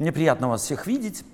Мне приятно вас всех видеть.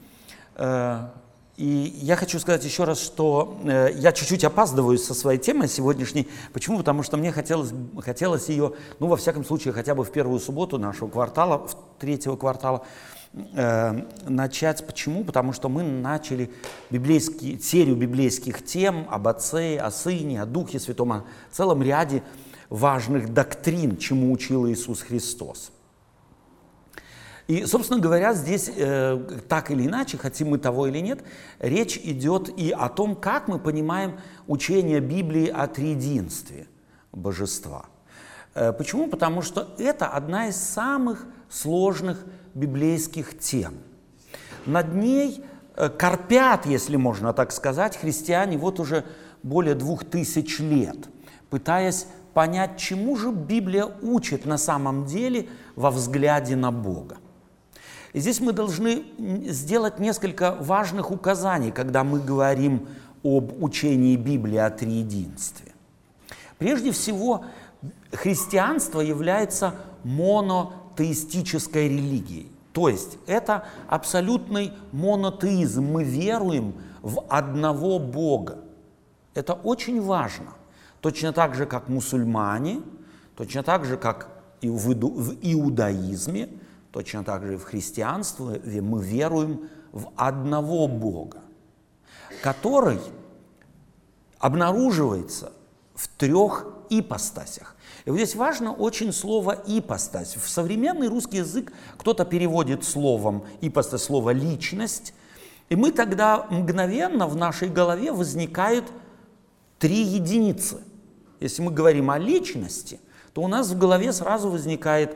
И я хочу сказать еще раз, что я чуть-чуть опаздываю со своей темой сегодняшней. Почему? Потому что мне хотелось ее, во всяком случае, хотя бы в первую субботу нашего квартала, третьего квартала, начать. Почему? Потому что мы начали серию библейских тем об Отце, о Сыне, о Духе Святом, о целом ряде важных доктрин, чему учил Иисус Христос. И, собственно говоря, здесь так или иначе, хотим мы того или нет, речь идет и о том, как мы понимаем учение Библии о триединстве Божества. Почему? Потому что это одна из самых сложных библейских тем. Над ней корпят, если можно так сказать, христиане вот уже более 2000 лет, пытаясь понять, чему же Библия учит на самом деле во взгляде на Бога. И здесь мы должны сделать несколько важных указаний, когда мы говорим об учении Библии о триединстве. Прежде всего, христианство является монотеистической религией. То есть это абсолютный монотеизм. Мы веруем в одного Бога. Это очень важно. Точно так же, как мусульмане, точно так же, как и в иудаизме, точно так же и в христианстве мы веруем в одного Бога, который обнаруживается в 3 ипостасях. И вот здесь важно очень слово «ипостась». В современный русский язык кто-то переводит словом «ипостась» слово «личность», и мы тогда мгновенно в нашей голове возникает 3 единицы. Если мы говорим о личности, то у нас в голове сразу возникает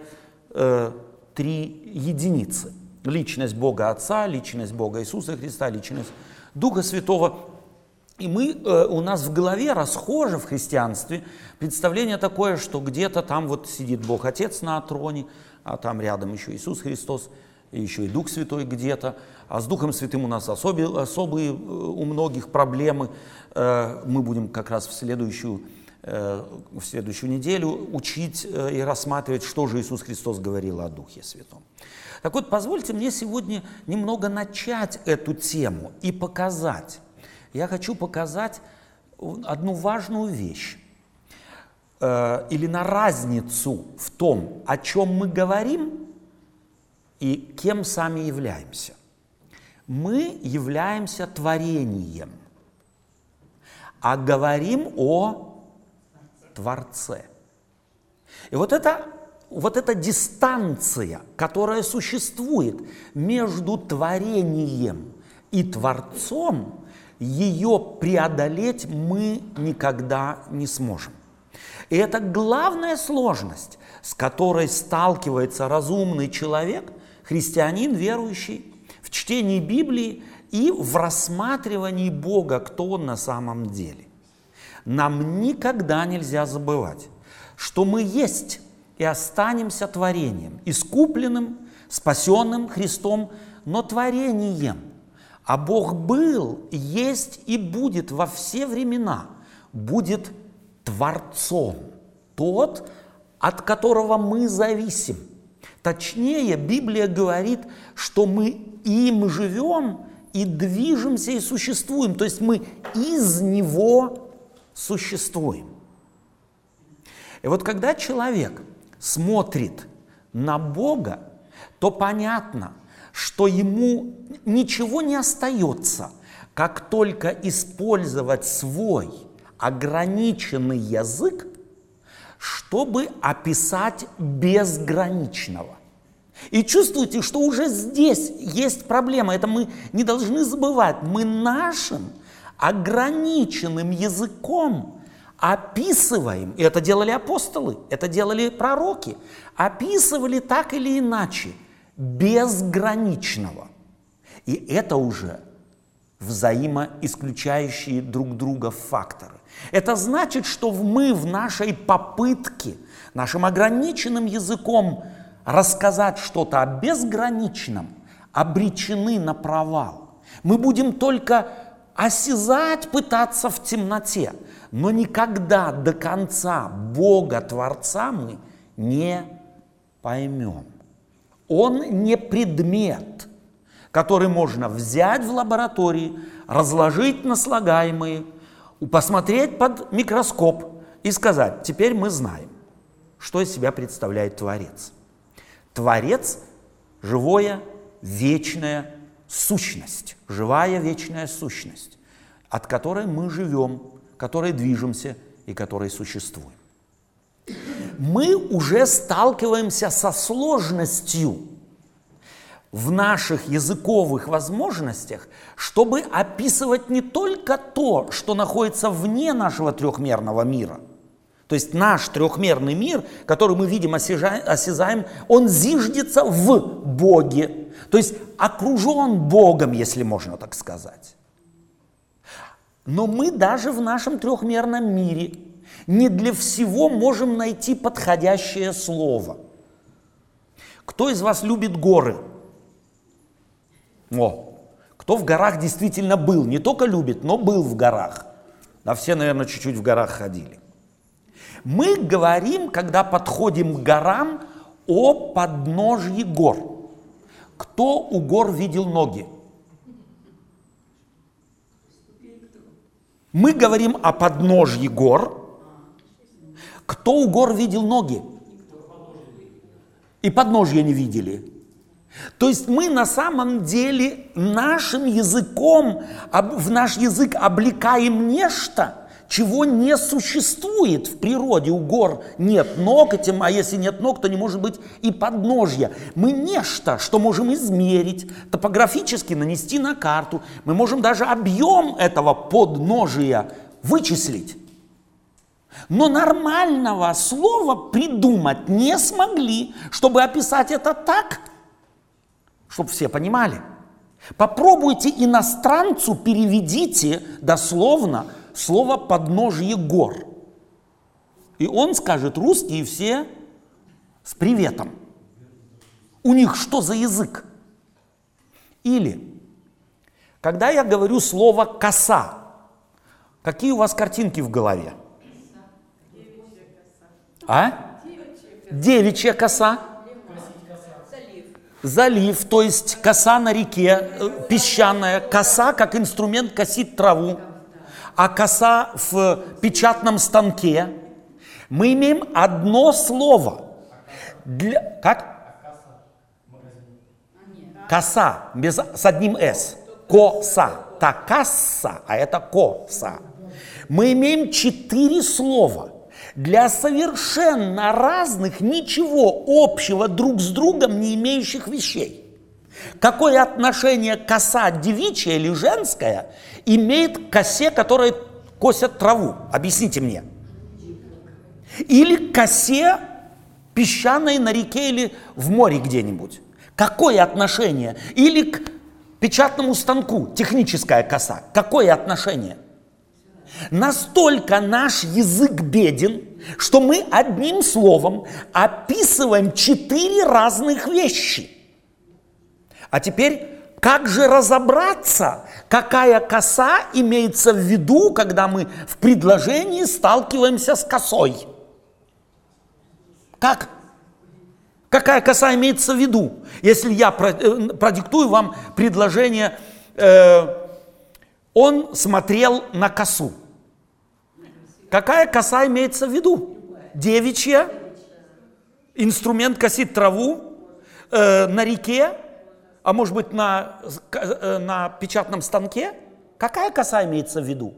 3 единицы. Личность Бога Отца, личность Бога Иисуса Христа, личность Духа Святого. И у нас в голове расхоже в христианстве представление такое, что где-то там вот сидит Бог Отец на троне, а там рядом еще Иисус Христос, и еще и Дух Святой где-то. А с Духом Святым у нас особые у многих проблемы. Мы будем как раз в следующую неделю учить и рассматривать, что же Иисус Христос говорил о Духе Святом. Так вот, позвольте мне сегодня немного начать эту тему и показать. Я хочу показать одну важную вещь, или на разницу в том, о чем мы говорим и кем сами являемся. Мы являемся творением, а говорим о Творце. И вот эта дистанция, которая существует между творением и Творцом, ее преодолеть мы никогда не сможем. И это главная сложность, с которой сталкивается разумный человек, христианин, верующий, в чтении Библии и в рассматривании Бога, кто Он на самом деле. Нам никогда нельзя забывать, что мы есть и останемся творением, искупленным, спасенным Христом, но творением. А Бог был, есть и будет во все времена, будет Творцом, тот, от которого мы зависим. Точнее, Библия говорит, что мы им живем и движемся и существуем, то есть мы из Него существуем. И вот когда человек смотрит на Бога, то понятно, что ему ничего не остается, как только использовать свой ограниченный язык, чтобы описать безграничного. И чувствуете, что уже здесь есть проблема. Это мы не должны забывать. Мы нашим ограниченным языком описываем, и это делали апостолы, это делали пророки, описывали так или иначе безграничного. И это уже взаимоисключающие друг друга факторы. Это значит, что мы в нашей попытке, нашим ограниченным языком рассказать что-то о безграничном обречены на провал. Мы будем только осязать, пытаться в темноте, но никогда до конца Бога-Творца мы не поймем. Он не предмет который можно взять в лаборатории, разложить на слагаемые, посмотреть под микроскоп и сказать: теперь мы знаем, что из себя представляет Творец. Творец – живая, вечная сущность, живая, вечная сущность, от которой мы живем, которой движемся и которой существуем. Мы уже сталкиваемся со сложностью в наших языковых возможностях, чтобы описывать не только то, что находится вне нашего трехмерного мира. То есть наш трехмерный мир, который мы видим, осязаем, он зиждется в Боге. То есть окружен Богом, если можно так сказать. Но мы даже в нашем трехмерном мире не для всего можем найти подходящее слово. Кто из вас любит горы? Кто в горах действительно был, не только любит, но был в горах. Да, все, наверное, чуть-чуть в горах ходили. Мы говорим, когда подходим к горам, о подножье гор. Кто у гор видел ноги? Мы говорим о подножье гор. Кто у гор видел ноги? И подножья не видели. То есть мы на самом деле нашим языком, в наш язык облекаем нечто, чего не существует в природе. У гор нет ног, а если нет ног, то не может быть и подножья. Мы нечто, что можем измерить, топографически нанести на карту. Мы можем даже объем этого подножия вычислить. Но нормального слова придумать не смогли, чтобы описать это так, чтобы все понимали. Попробуйте иностранцу, переведите дословно слово «подножье гор». И он скажет: русские все с приветом. У них что за язык? Или, когда я говорю слово «коса», какие у вас картинки в голове? Девичья коса. Залив, то есть коса на реке, песчаная. Коса как инструмент косит траву. А коса в печатном станке. Мы имеем одно слово. Как? Коса, с одним «с». Коса. Так, касса, а это коса. Мы имеем 4 слова для совершенно разных, ничего общего друг с другом не имеющих вещей. Какое отношение коса девичья или женская имеет к косе, которая косят траву? Объясните мне. Или к косе песчаной на реке или в море где-нибудь? Какое отношение? Или к печатному станку техническая коса? Какое отношение? Настолько наш язык беден, что мы одним словом описываем 4 разных вещи. А теперь, как же разобраться, какая коса имеется в виду, когда мы в предложении сталкиваемся с косой? Как? Какая коса имеется в виду? Если я продиктую вам предложение, он смотрел на косу. Какая коса имеется в виду? Девичья, инструмент косит траву, на реке, а может быть на печатном станке? Какая коса имеется в виду?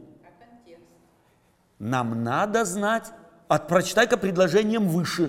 Нам надо знать, прочитай-ка предложением выше.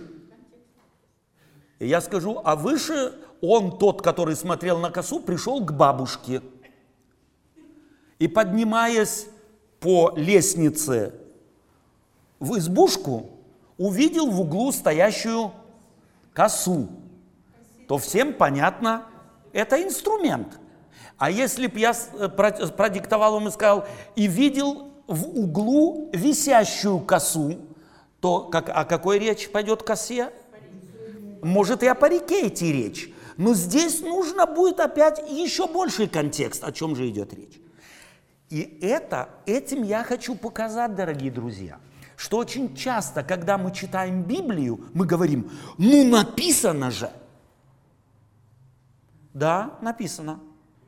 И я скажу: а выше он, тот, который смотрел на косу, пришел к бабушке. И, поднимаясь по лестнице в избушку, увидел в углу стоящую косу. То всем понятно, это инструмент. А если бы я продиктовал вам и сказал: и видел в углу висящую косу, то о какой речи пойдет косе? Может и о парике идти речь. Но здесь нужно будет опять еще больший контекст, о чем же идет речь. И этим я хочу показать, дорогие друзья, что очень часто, когда мы читаем Библию, мы говорим: ну написано же. Да, написано.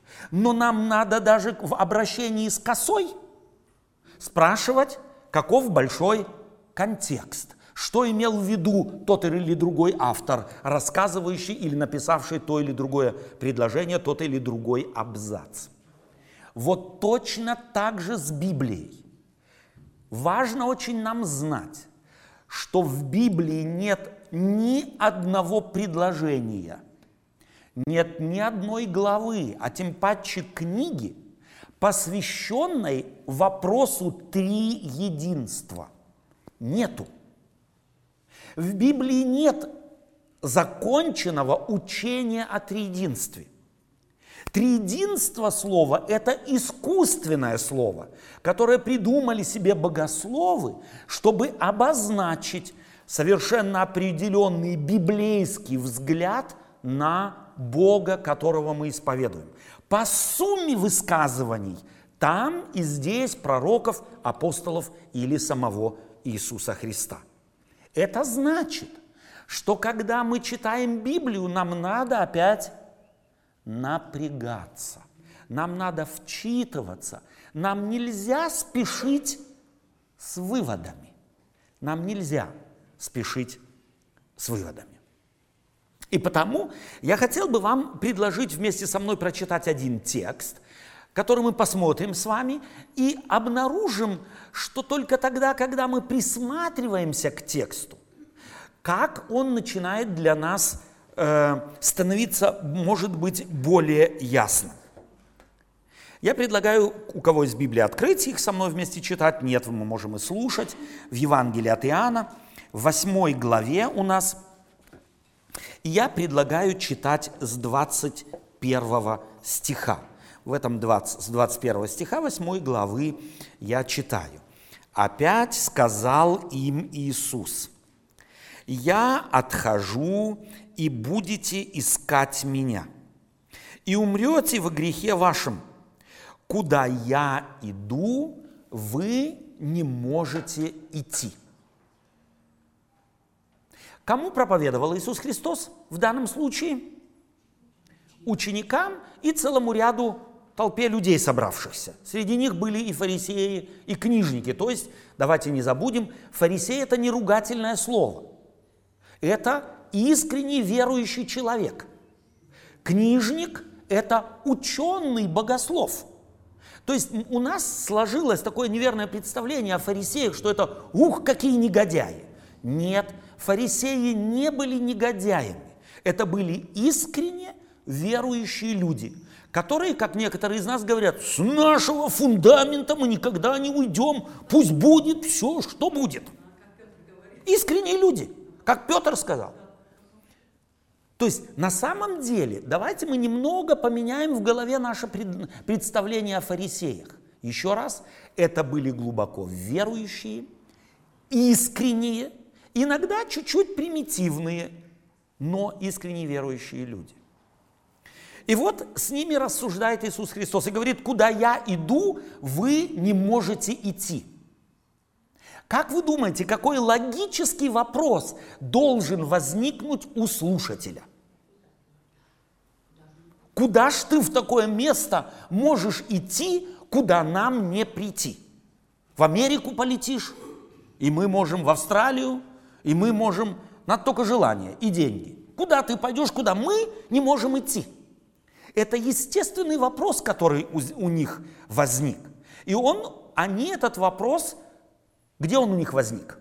Но нам надо даже в обращении с косой спрашивать, каков большой контекст. Что имел в виду тот или другой автор, рассказывающий или написавший то или другое предложение, тот или другой абзац. Вот точно так же с Библией. Важно очень нам знать, что в Библии нет ни одного предложения, нет ни одной главы, а тем паче книги, посвященной вопросу триединства. Нету. В Библии нет законченного учения о триединстве. Триединство слова – это искусственное слово, которое придумали себе богословы, чтобы обозначить совершенно определенный библейский взгляд на Бога, которого мы исповедуем. По сумме высказываний там и здесь пророков, апостолов или самого Иисуса Христа. Это значит, что когда мы читаем Библию, нам надо опять напрягаться, нам надо вчитываться, нам нельзя спешить с выводами. Нам нельзя спешить с выводами. И потому я хотел бы вам предложить вместе со мной прочитать один текст, который мы посмотрим с вами и обнаружим, что только тогда, когда мы присматриваемся к тексту, как он начинает для нас становиться, может быть, более ясным. Я предлагаю, у кого из Библии открыть, их со мной вместе читать. Нет, мы можем и слушать. В Евангелии от Иоанна, в 8 главе у нас. И я предлагаю читать с 21 стиха. В этом с 21 стиха 8 главы я читаю. «Опять сказал им Иисус: я отхожу, и будете искать меня, и умрете во грехе вашем. Куда я иду, вы не можете идти». Кому проповедовал Иисус Христос в данном случае? Ученикам и целому ряду толпе людей, собравшихся. Среди них были и фарисеи, и книжники. То есть, давайте не забудем, фарисей – это не ругательное слово. Это искренне верующий человек. Книжник – это ученый богослов. То есть у нас сложилось такое неверное представление о фарисеях, что это «ух, какие негодяи». Нет, фарисеи не были негодяями. Это были искренне верующие люди, которые, как некоторые из нас говорят, с нашего фундамента мы никогда не уйдем, пусть будет все, что будет. Искренние люди, как Петр сказал. То есть на самом деле, давайте мы немного поменяем в голове наше представление о фарисеях. Еще раз, это были глубоко верующие, искренние, иногда чуть-чуть примитивные, но искренне верующие люди. И вот с ними рассуждает Иисус Христос и говорит: куда я иду, вы не можете идти. Как вы думаете, какой логический вопрос должен возникнуть у слушателя? Куда ж ты в такое место можешь идти, куда нам не прийти? В Америку полетишь, и мы можем в Австралию, и мы можем, надо только желание и деньги. Куда ты пойдешь, куда мы не можем идти? Это естественный вопрос, который у них возник. И они этот вопрос, где он у них возник?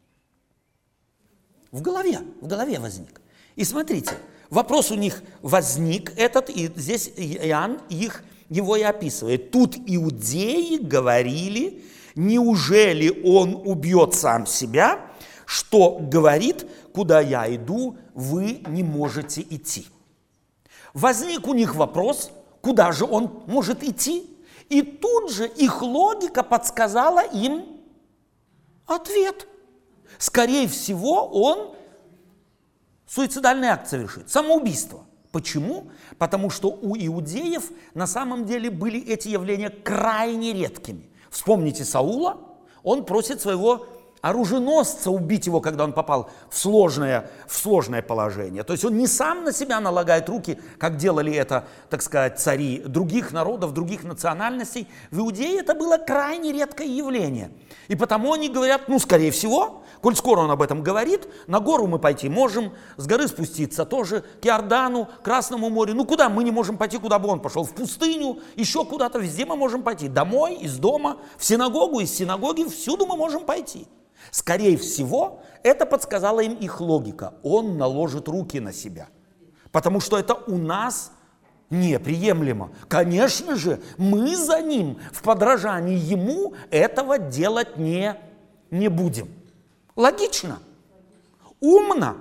В голове возник. И смотрите, вопрос у них возник этот, и здесь Иоанн его и описывает. Тут иудеи говорили: неужели он убьет сам себя, что говорит: куда я иду, вы не можете идти. Возник у них вопрос, куда же он может идти, и тут же их логика подсказала им ответ. Скорее всего, он суицидальный акт совершит, самоубийство. Почему? Потому что у иудеев на самом деле были эти явления крайне редкими. Вспомните Саула, он просит своего оруженосца убить его, когда он попал в сложное положение. То есть он не сам на себя налагает руки, как делали это, так сказать, цари других народов, других национальностей. В Иудее это было крайне редкое явление. И потому они говорят, скорее всего, коль скоро он об этом говорит, на гору мы пойти можем, с горы спуститься тоже, к Иордану, к Красному морю. Куда мы не можем пойти, куда бы он пошел? В пустыню, еще куда-то, везде мы можем пойти. Домой, из дома, в синагогу, из синагоги, всюду мы можем пойти. Скорее всего, это подсказала им их логика. Он наложит руки на себя. Потому что это у нас неприемлемо. Конечно же, мы за ним, в подражании ему, этого делать не будем. Логично? Умно?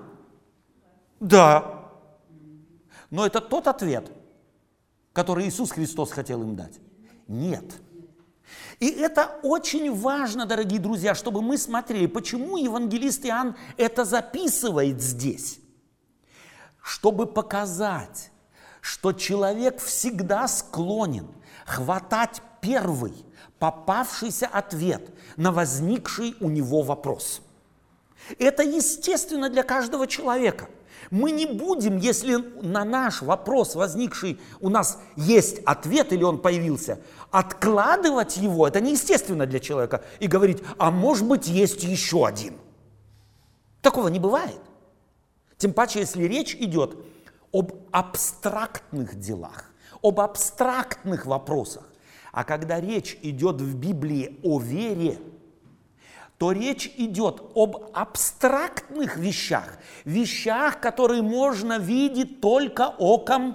Да. Но это тот ответ, который Иисус Христос хотел им дать. Нет. И это очень важно, дорогие друзья, чтобы мы смотрели, почему евангелист Иоанн это записывает здесь. Чтобы показать, что человек всегда склонен хватать первый попавшийся ответ на возникший у него вопрос. Это естественно для каждого человека. Мы не будем, если на наш вопрос, возникший, у нас есть ответ или он появился, откладывать его, это неестественно для человека, и говорить, а может быть есть еще один. Такого не бывает. Тем паче, если речь идет об абстрактных делах, об абстрактных вопросах. А когда речь идет в Библии о вере, то речь идет об абстрактных вещах, вещах, которые можно видеть только оком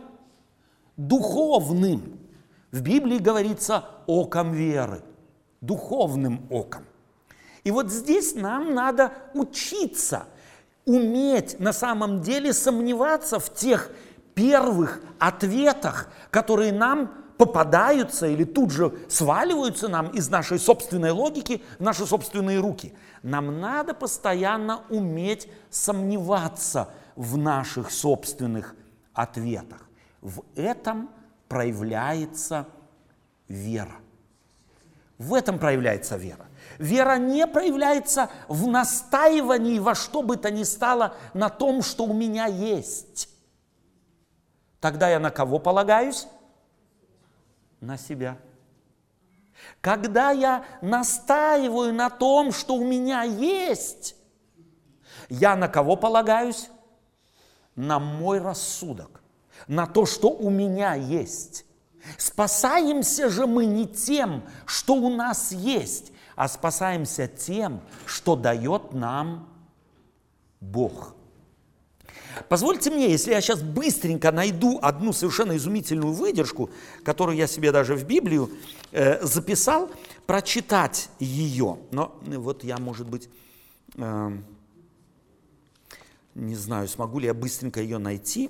духовным. В Библии говорится оком веры, духовным оком. И вот здесь нам надо учиться, уметь на самом деле сомневаться в тех первых ответах, которые нам попадаются или тут же сваливаются нам из нашей собственной логики в наши собственные руки. Нам надо постоянно уметь сомневаться в наших собственных ответах. В этом проявляется вера. В этом проявляется вера. Вера не проявляется в настаивании во что бы то ни стало на том, что у меня есть. Тогда я на кого полагаюсь? На себя. Когда я настаиваю на том, что у меня есть, я на кого полагаюсь? На мой рассудок, на то, что у меня есть. Спасаемся же мы не тем, что у нас есть, а спасаемся тем, что дает нам Бог. Позвольте мне, если я сейчас быстренько найду одну совершенно изумительную выдержку, которую я себе даже в Библию записал, прочитать ее. Но вот я, может быть, не знаю, смогу ли я быстренько ее найти.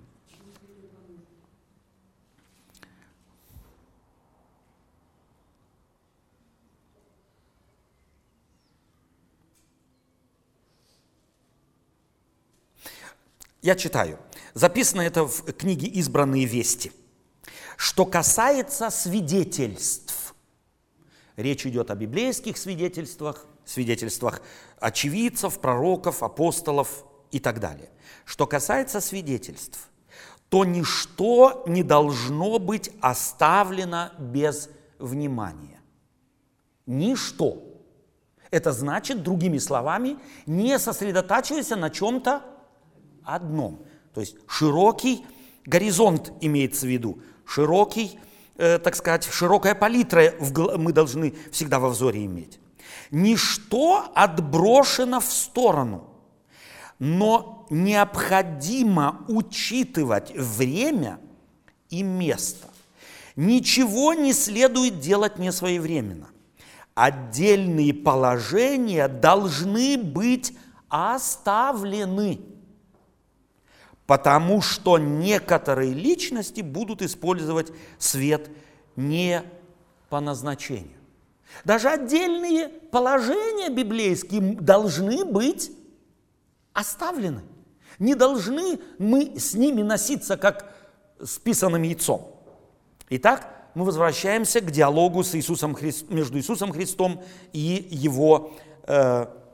Я читаю. Записано это в книге «Избранные вести». Что касается свидетельств. Речь идет о библейских свидетельствах, свидетельствах очевидцев, пророков, апостолов и так далее. Что касается свидетельств, то ничто не должно быть оставлено без внимания. Ничто. Это значит, другими словами, не сосредотачивайся на чем-то одном. То есть широкий горизонт имеется в виду, широкий, так сказать, широкая палитра мы должны всегда во взоре иметь. Ничто отброшено в сторону, но необходимо учитывать время и место. Ничего не следует делать несвоевременно. Отдельные положения должны быть оставлены, потому что некоторые личности будут использовать свет не по назначению. Даже отдельные положения библейские должны быть оставлены. Не должны мы с ними носиться, как с писаным яйцом. Итак, мы возвращаемся к диалогу с между Иисусом Христом и его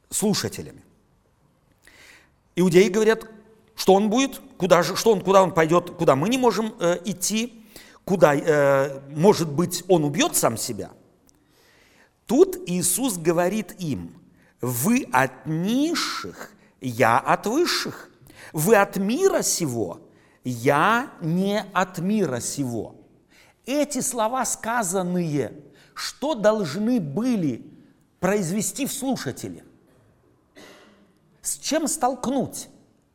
слушателями. Иудеи говорят, что он будет, куда он пойдет, куда мы не можем идти, куда, может быть, он убьет сам себя. Тут Иисус говорит им: вы от низших, я от высших. Вы от мира сего, я не от мира сего. Эти слова сказанные, что должны были произвести в слушателе? С чем столкнуть?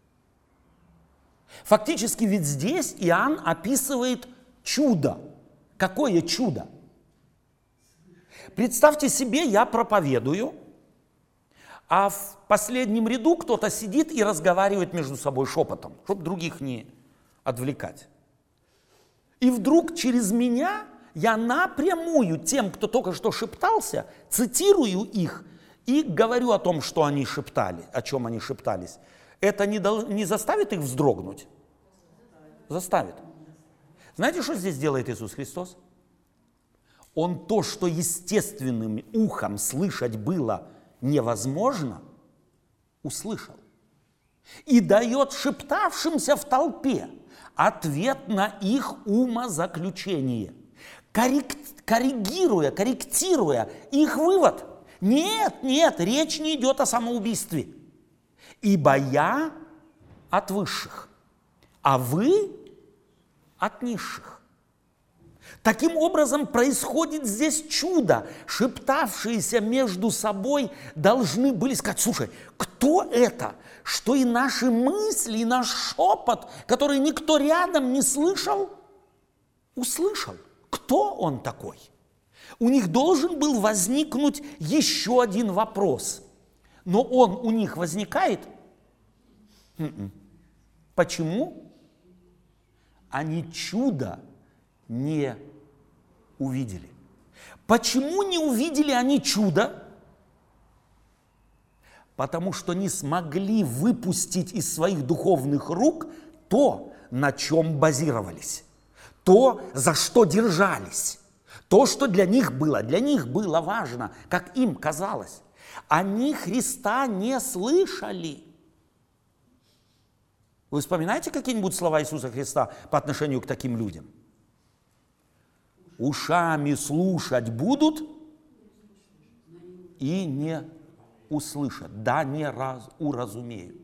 Фактически ведь здесь Иоанн описывает чудо. Какое чудо? Представьте себе, я проповедую, а в последнем ряду кто-то сидит и разговаривает между собой шепотом, чтобы других не отвлекать. И вдруг через меня я напрямую тем, кто только что шептался, цитирую их и говорю о том, что они шептали, о чем они шептались. Это не заставит их вздрогнуть? Заставит. Знаете, что здесь делает Иисус Христос? Он то, что естественным ухом слышать было невозможно, услышал. И дает шептавшимся в толпе ответ на их умозаключение, корректируя их вывод. Нет, речь не идет о самоубийстве. Ибо я от высших, а вы от низших. Таким образом, происходит здесь чудо. Шептавшиеся между собой должны были сказать: слушай, кто это? Что и наши мысли, и наш шепот, который никто рядом не слышал, услышал. Кто он такой? У них должен был возникнуть еще один вопрос. Но он у них возникает? Почему? Они чудо не увидели. Почему не увидели они чудо? Потому что не смогли выпустить из своих духовных рук то, на чем базировались, то, за что держались, то, что для них было важно, как им казалось. Они Христа не слышали. Вы вспоминаете какие-нибудь слова Иисуса Христа по отношению к таким людям? Ушами слушать будут и не услышат, да не уразумеют.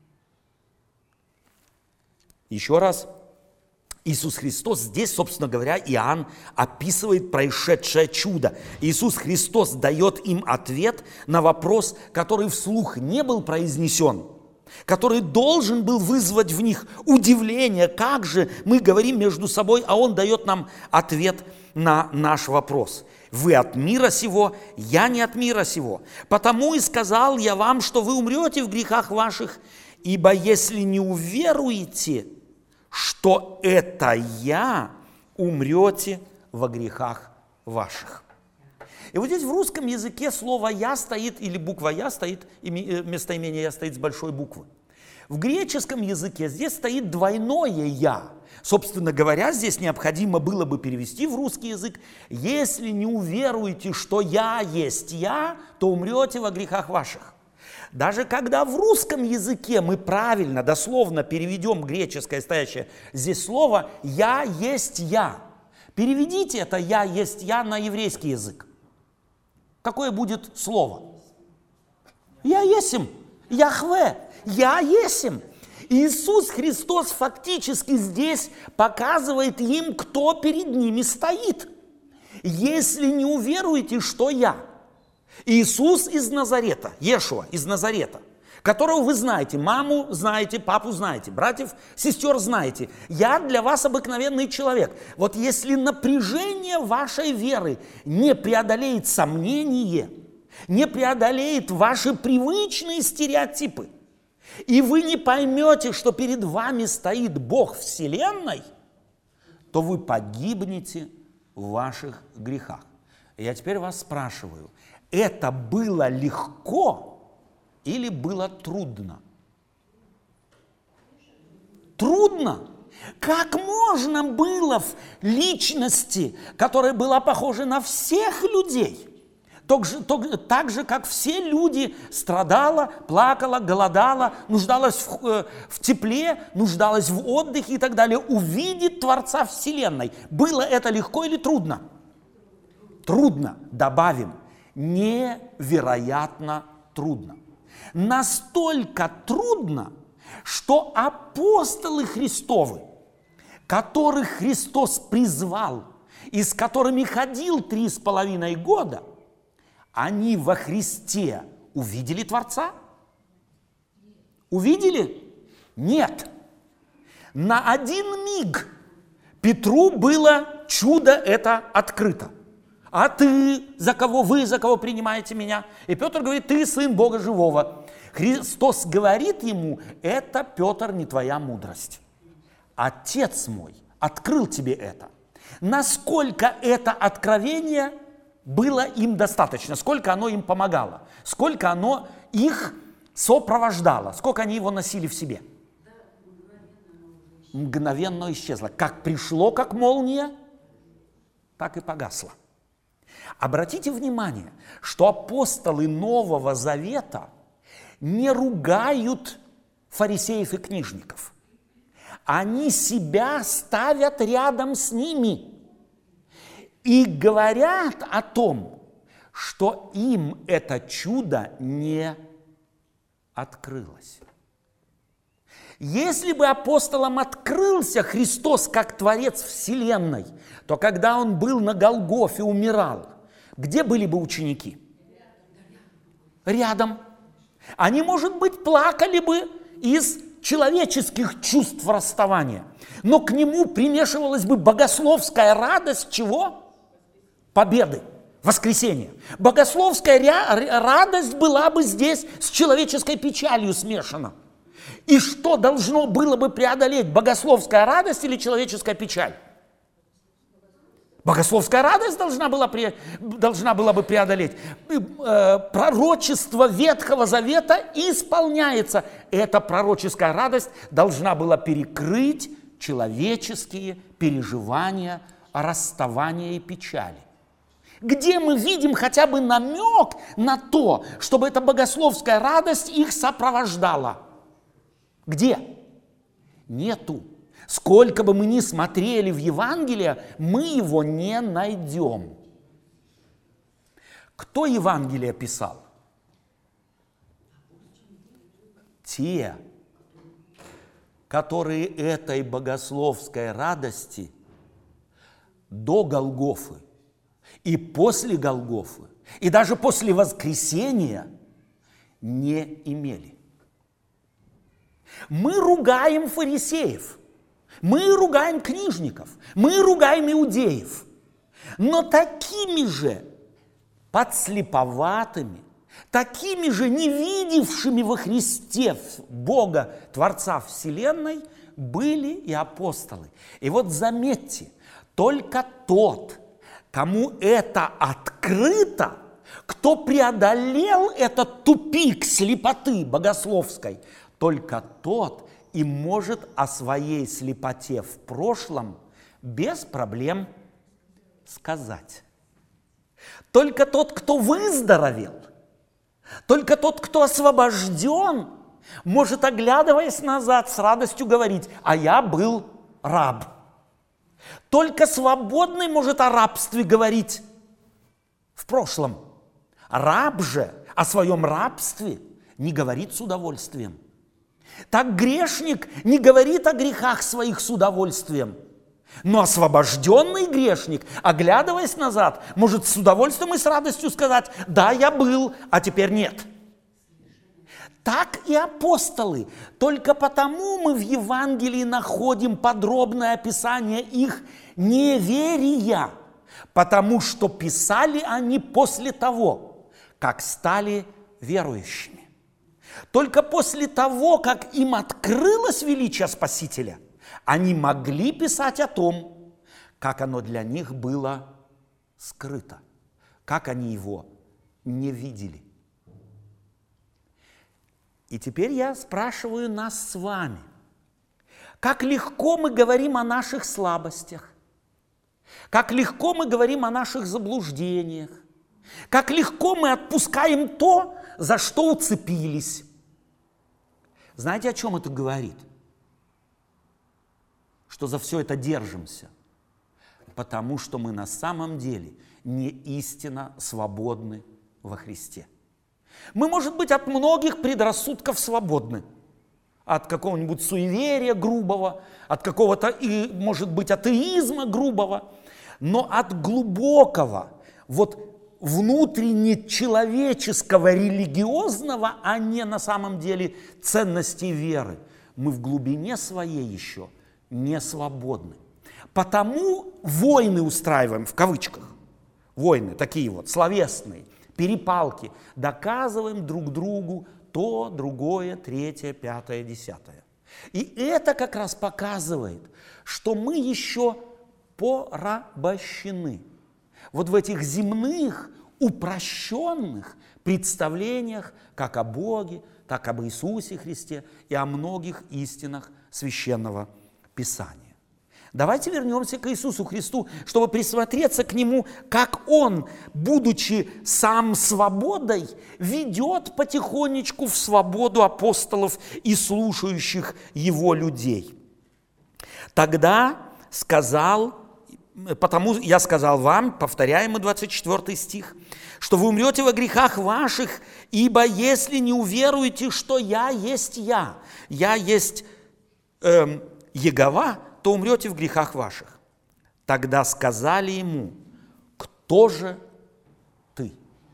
Еще раз, Иисус Христос, здесь, собственно говоря, Иоанн описывает происшедшее чудо. Иисус Христос дает им ответ на вопрос, который вслух не был произнесен, который должен был вызвать в них удивление, как же мы говорим между собой, а Он дает нам ответ на наш вопрос. Вы от мира сего, я не от мира сего. Потому и сказал я вам, что вы умрете в грехах ваших, ибо если не уверуете, что это я, умрете во грехах ваших. И вот здесь в русском языке слово «я» стоит, или буква «я» стоит, местоимение «я» стоит с большой буквы. В греческом языке здесь стоит двойное «я». Собственно говоря, здесь необходимо было бы перевести в русский язык: если не уверуете, что я есть я, то умрете во грехах ваших. Даже когда в русском языке мы правильно, дословно переведем греческое стоящее здесь слово «я есть я», переведите это «я есть я» на еврейский язык. Какое будет слово? Я есим, Яхве, я есим. Иисус Христос фактически здесь показывает им, кто перед ними стоит. Если не уверуете, что я. Иисус из Назарета, Иешуа из Назарета, которого вы знаете, маму знаете, папу знаете, братьев, сестер знаете. Я для вас обыкновенный человек. Вот если напряжение вашей веры не преодолеет сомнение, не преодолеет ваши привычные стереотипы, и вы не поймете, что перед вами стоит Бог Вселенной, то вы погибнете в ваших грехах. И я теперь вас спрашиваю, это было легко или было трудно? Трудно. Как можно было в личности, которая была похожа на всех людей, Так же, как все люди, страдала, плакала, голодала, нуждалась в тепле, нуждалась в отдыхе и так далее. Увидеть Творца Вселенной. Было это легко или трудно? Трудно, добавим, невероятно трудно. Настолько трудно, что апостолы Христовы, которых Христос призвал и с которыми ходил 3,5 года, они во Христе увидели Творца? Увидели? Нет. На один миг Петру было чудо это открыто. А ты, вы за кого принимаете меня? И Петр говорит, ты сын Бога живого. Христос говорит ему, это, Петр, не твоя мудрость. Отец мой открыл тебе это. Насколько это откровение было им достаточно, сколько оно им помогало, сколько оно их сопровождало, сколько они его носили в себе. Мгновенно исчезло. Как пришло, как молния, так и погасло. Обратите внимание, что апостолы Нового Завета не ругают фарисеев и книжников. Они себя ставят рядом с ними и говорят о том, что им это чудо не открылось. Если бы апостолам открылся Христос как Творец Вселенной, то когда Он был на Голгофе, умирал, где были бы ученики? Рядом. Они, может быть, плакали бы из человеческих чувств расставания, но к Нему примешивалась бы богословская радость чего? Победы, воскресения. Богословская радость была бы здесь с человеческой печалью смешана. И что должно было бы преодолеть, богословская радость или человеческая печаль? Богословская радость должна была бы преодолеть. Пророчество Ветхого Завета исполняется. Эта пророческая радость должна была перекрыть человеческие переживания, расставания и печали. Где мы видим хотя бы намек на то, чтобы эта богословская радость их сопровождала? Где? Нету. Сколько бы мы ни смотрели в Евангелие, мы его не найдем. Кто Евангелие писал? Те, которые этой богословской радости до Голгофы и после Голгофы, и даже после воскресения не имели. Мы ругаем фарисеев, мы ругаем книжников, мы ругаем иудеев, но такими же подслеповатыми, такими же не видевшими во Христе Бога, Творца Вселенной, были и апостолы. И вот заметьте, только тот, кому это открыто, кто преодолел этот тупик слепоты богословской, только тот и может о своей слепоте в прошлом без проблем сказать. Только тот, кто выздоровел, только тот, кто освобожден, может, оглядываясь назад, с радостью говорить: «А я был раб». Только свободный может о рабстве говорить в прошлом. Раб же о своем рабстве не говорит с удовольствием. Так грешник не говорит о грехах своих с удовольствием. Но освобожденный грешник, оглядываясь назад, может с удовольствием и с радостью сказать: «Да, я был, а теперь нет». Так и апостолы. Только потому мы в Евангелии находим подробное описание их неверия, потому что писали они после того, как стали верующими. Только после того, как им открылось величие Спасителя, они могли писать о том, как оно для них было скрыто, как они его не видели. И теперь я спрашиваю нас с вами, как легко мы говорим о наших слабостях, как легко мы говорим о наших заблуждениях, Как легко мы отпускаем то, за что уцепились. Знаете, о чем это говорит? Что за все это держимся. Потому что мы на самом деле не истинно свободны во Христе. Мы, может быть, от многих предрассудков свободны. От какого-нибудь суеверия грубого, от какого-то, может быть, атеизма грубого. Но от глубокого, внутренне человеческого, религиозного, а не на самом деле ценностей веры, мы в глубине своей еще не свободны. Потому войны устраиваем, в кавычках, войны такие словесные, перепалки, доказываем друг другу то, другое, третье, пятое, десятое. И это как раз показывает, что мы еще порабощены в этих земных, упрощенных представлениях как о Боге, так об Иисусе Христе и о многих истинах Священного Писания. Давайте вернемся к Иисусу Христу, чтобы присмотреться к Нему, как Он, будучи сам свободой, ведет потихонечку в свободу апостолов и слушающих Его людей. Тогда потому я сказал вам, повторяем 24 стих, что вы умрете во грехах ваших, ибо если не уверуете, что я есть Егова, то умрете в грехах ваших. Тогда сказали ему: кто же ты?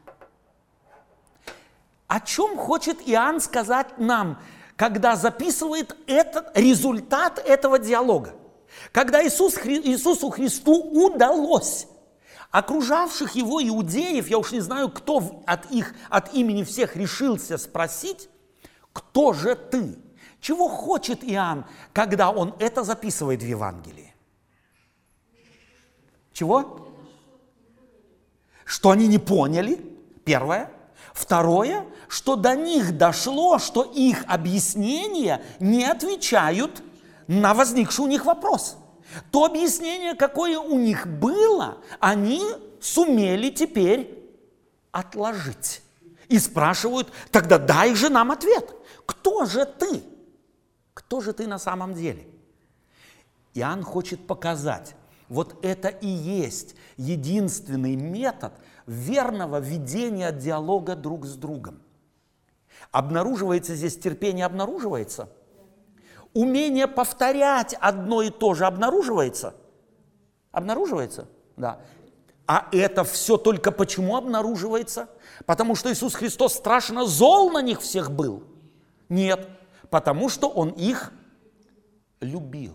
О чем хочет Иоанн сказать нам, когда записывает результат этого диалога? Когда Иисусу Христу удалось окружавших его иудеев, я уж не знаю, кто от имени всех решился спросить, кто же ты? Чего хочет Иоанн, когда он это записывает в Евангелии? Чего? Что они не поняли, первое. Второе, что до них дошло, что их объяснения не отвечают на возникший у них вопрос. То объяснение, какое у них было, они сумели теперь отложить. И спрашивают: тогда дай же нам ответ. Кто же ты? Кто же ты на самом деле? Иоанн хочет показать, это и есть единственный метод верного ведения диалога друг с другом. Обнаруживается здесь терпение, обнаруживается? Умение повторять одно и то же обнаруживается? Обнаруживается? Да. А это все только почему обнаруживается? Потому что Иисус Христос страшно зол на них всех был? Нет. Потому что Он их любил.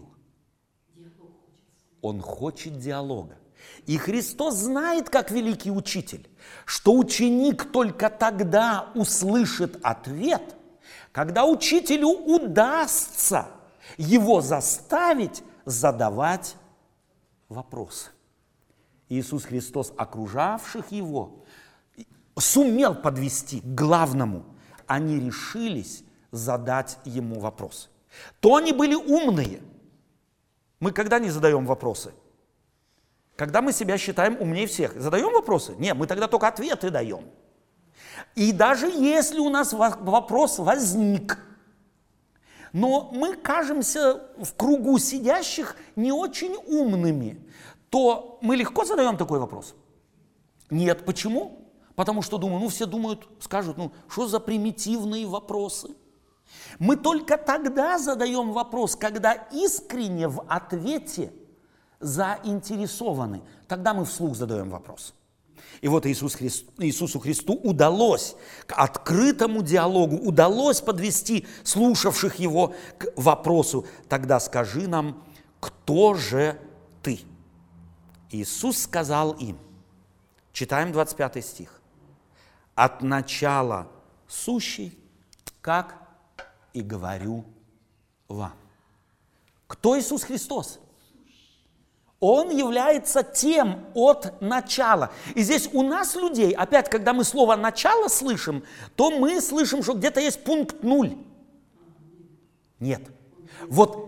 Он хочет диалога. И Христос знает, как великий учитель, что ученик только тогда услышит ответ, когда учителю удастся его заставить задавать вопросы. Иисус Христос, окружавших его, сумел подвести к главному. Они решились задать ему вопросы. То они были умные. Мы когда не задаем вопросы? Когда мы себя считаем умнее всех. Задаем вопросы? Нет, мы тогда только ответы даем. И даже если у нас вопрос возник, но мы кажемся в кругу сидящих не очень умными, то мы легко задаем такой вопрос? Нет. Почему? Потому что думаю, все думают, скажут, что за примитивные вопросы? Мы только тогда задаем вопрос, когда искренне в ответе заинтересованы. Тогда мы вслух задаем вопрос. И Иисусу Христу удалось к открытому диалогу, удалось подвести слушавших его к вопросу: тогда скажи нам, кто же ты? Иисус сказал им, читаем 25 стих, от начала сущий, как и говорю вам. Кто Иисус Христос? Он является тем от начала. И здесь у нас, людей, опять, когда мы слово «начало» слышим, то мы слышим, что где-то есть пункт 0. Нет.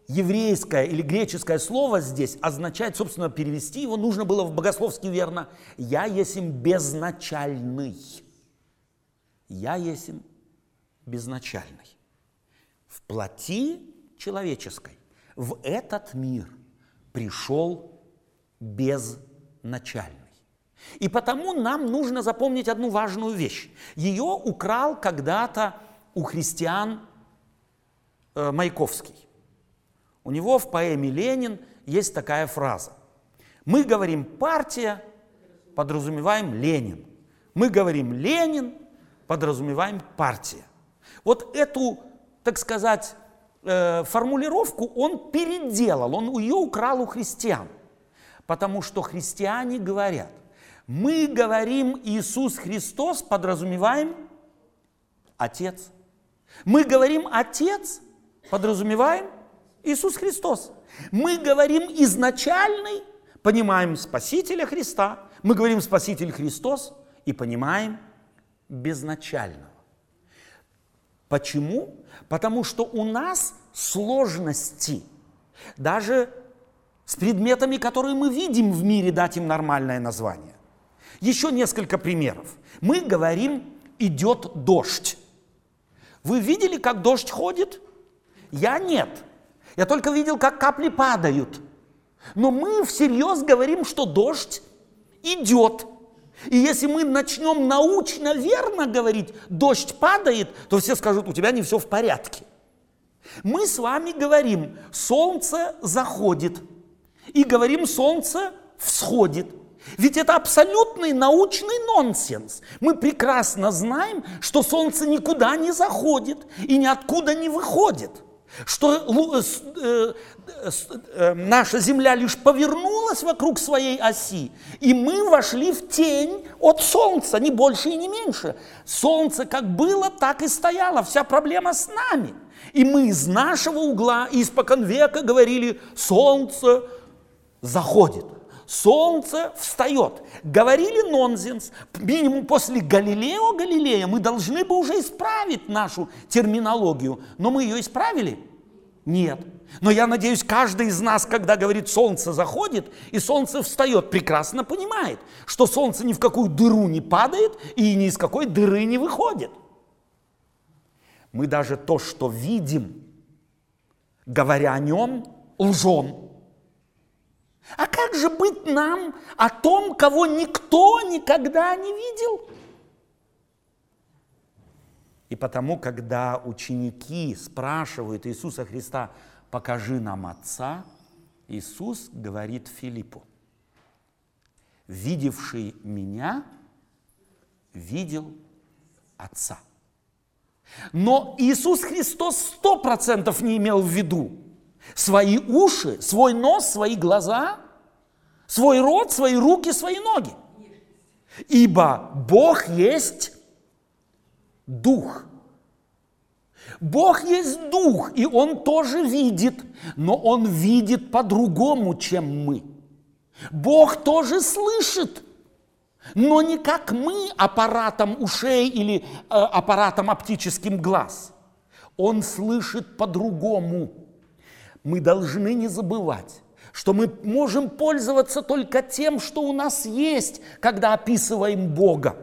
еврейское или греческое слово здесь означает, собственно, перевести его нужно было в богословски верно. Я есмь безначальный. Я есмь безначальный. В плоти человеческой в этот мир пришел безначальный. И потому нам нужно запомнить одну важную вещь. Ее украл когда-то у христиан Маяковский. У него в поэме «Ленин» есть такая фраза. Мы говорим «партия», подразумеваем «Ленин». Мы говорим «Ленин», подразумеваем «партия». Вот эту, так сказать, формулировку он переделал, он ее украл у христиан. Потому что христиане говорят, мы говорим Иисус Христос, подразумеваем Отец. Мы говорим Отец, подразумеваем Иисус Христос. Мы говорим изначальный, понимаем Спасителя Христа. Мы говорим Спаситель Христос и понимаем безначального. Почему? Потому что у нас сложности. Даже с предметами, которые мы видим в мире, дать им нормальное название. Еще несколько примеров. Мы говорим «идет дождь». Вы видели, как дождь ходит? Я нет. Я только видел, как капли падают. Но мы всерьез говорим, что дождь идет. И если мы начнем научно верно говорить «дождь падает», то все скажут, у тебя не все в порядке. Мы с вами говорим «солнце заходит» и говорим «солнце всходит». Ведь это абсолютный научный нонсенс. Мы прекрасно знаем, что солнце никуда не заходит и ниоткуда не выходит. Что наша Земля лишь повернулась вокруг своей оси, и мы вошли в тень от Солнца, ни больше и не меньше. Солнце как было, так и стояло, вся проблема с нами. И мы из нашего угла испокон века говорили, солнце заходит, солнце встает. Говорили нонсенс. Минимум после Галилея мы должны бы уже исправить нашу терминологию. Но мы ее исправили? Нет. Но я надеюсь, каждый из нас, когда говорит «солнце заходит» и «солнце встает», прекрасно понимает, что солнце ни в какую дыру не падает и ни из какой дыры не выходит. Мы даже то, что видим, говоря о нем, лжем. А как же быть нам о том, кого никто никогда не видел? И потому, когда ученики спрашивают Иисуса Христа, покажи нам Отца, Иисус говорит Филиппу, видевший меня, видел Отца. Но Иисус Христос 100% не имел в виду свои уши, свой нос, свои глаза, свой рот, свои руки, свои ноги. Ибо Бог есть Дух. Бог есть Дух, и Он тоже видит, но Он видит по-другому, чем мы. Бог тоже слышит, но не как мы аппаратом ушей или аппаратом оптическим глаз. Он слышит по-другому. Мы должны не забывать, что мы можем пользоваться только тем, что у нас есть, когда описываем Бога.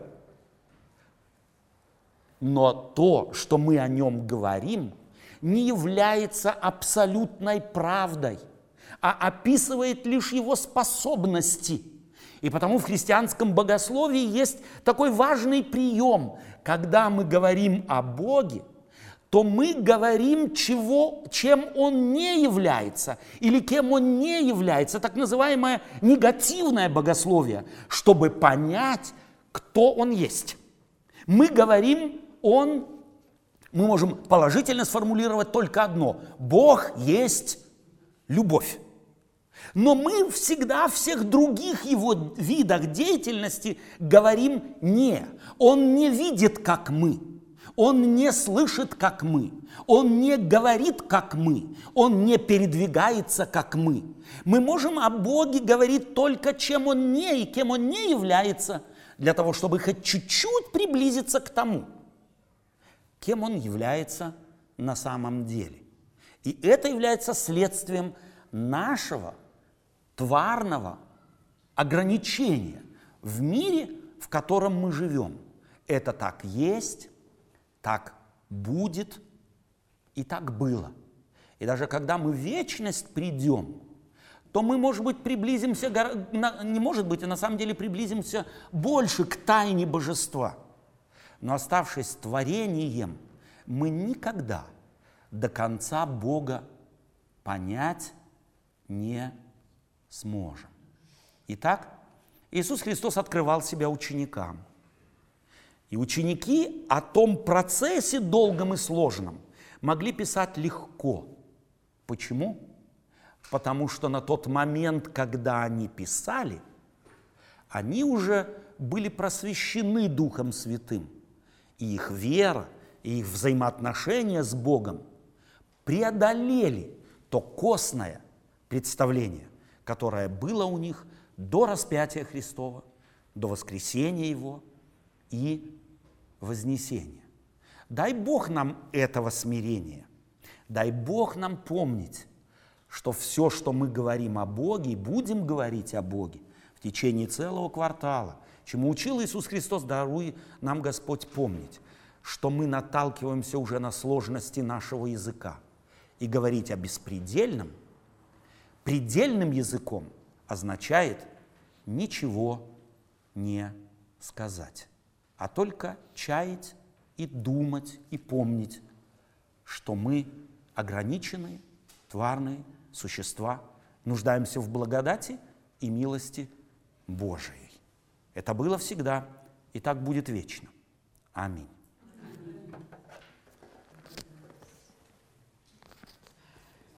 Но то, что мы о Нем говорим, не является абсолютной правдой, а описывает лишь Его способности. И потому в христианском богословии есть такой важный прием. Когда мы говорим о Боге, то мы говорим, чем Он не является, или кем Он не является, так называемое негативное богословие, чтобы понять, кто Он есть. Мы говорим, мы можем положительно сформулировать только одно. Бог есть любовь. Но мы всегда в всех других Его видах деятельности говорим «не». Он не видит, как мы. Он не слышит, как мы. Он не говорит, как мы. Он не передвигается, как мы. Мы можем о Боге говорить только, чем Он не и кем Он не является, для того, чтобы хоть чуть-чуть приблизиться к тому, кем Он является на самом деле. И это является следствием нашего тварного ограничения в мире, в котором мы живем. Это так есть, так будет и так было. И даже когда мы в вечность придем, то мы, может быть, приблизимся, не может быть, а на самом деле приблизимся больше к тайне божества. Но оставшись творением, мы никогда до конца Бога понять не сможем. Итак, Иисус Христос открывал себя ученикам. И ученики о том процессе долгом и сложном могли писать легко. Почему? Потому что на тот момент, когда они писали, они уже были просвещены Духом Святым. И их вера, и их взаимоотношения с Богом преодолели то косное представление, которое было у них до распятия Христова, до воскресения Его и вознесения. Дай Бог нам этого смирения. Дай Бог нам помнить, что все, что мы говорим о Боге и будем говорить о Боге в течение целого квартала, чему учил Иисус Христос, даруй нам Господь помнить, что мы наталкиваемся уже на сложности нашего языка. И говорить о беспредельном, предельным языком означает ничего не сказать, а только чаять и думать и помнить, что мы ограниченные, тварные существа, нуждаемся в благодати и милости Божией. Это было всегда и так будет вечно. Аминь.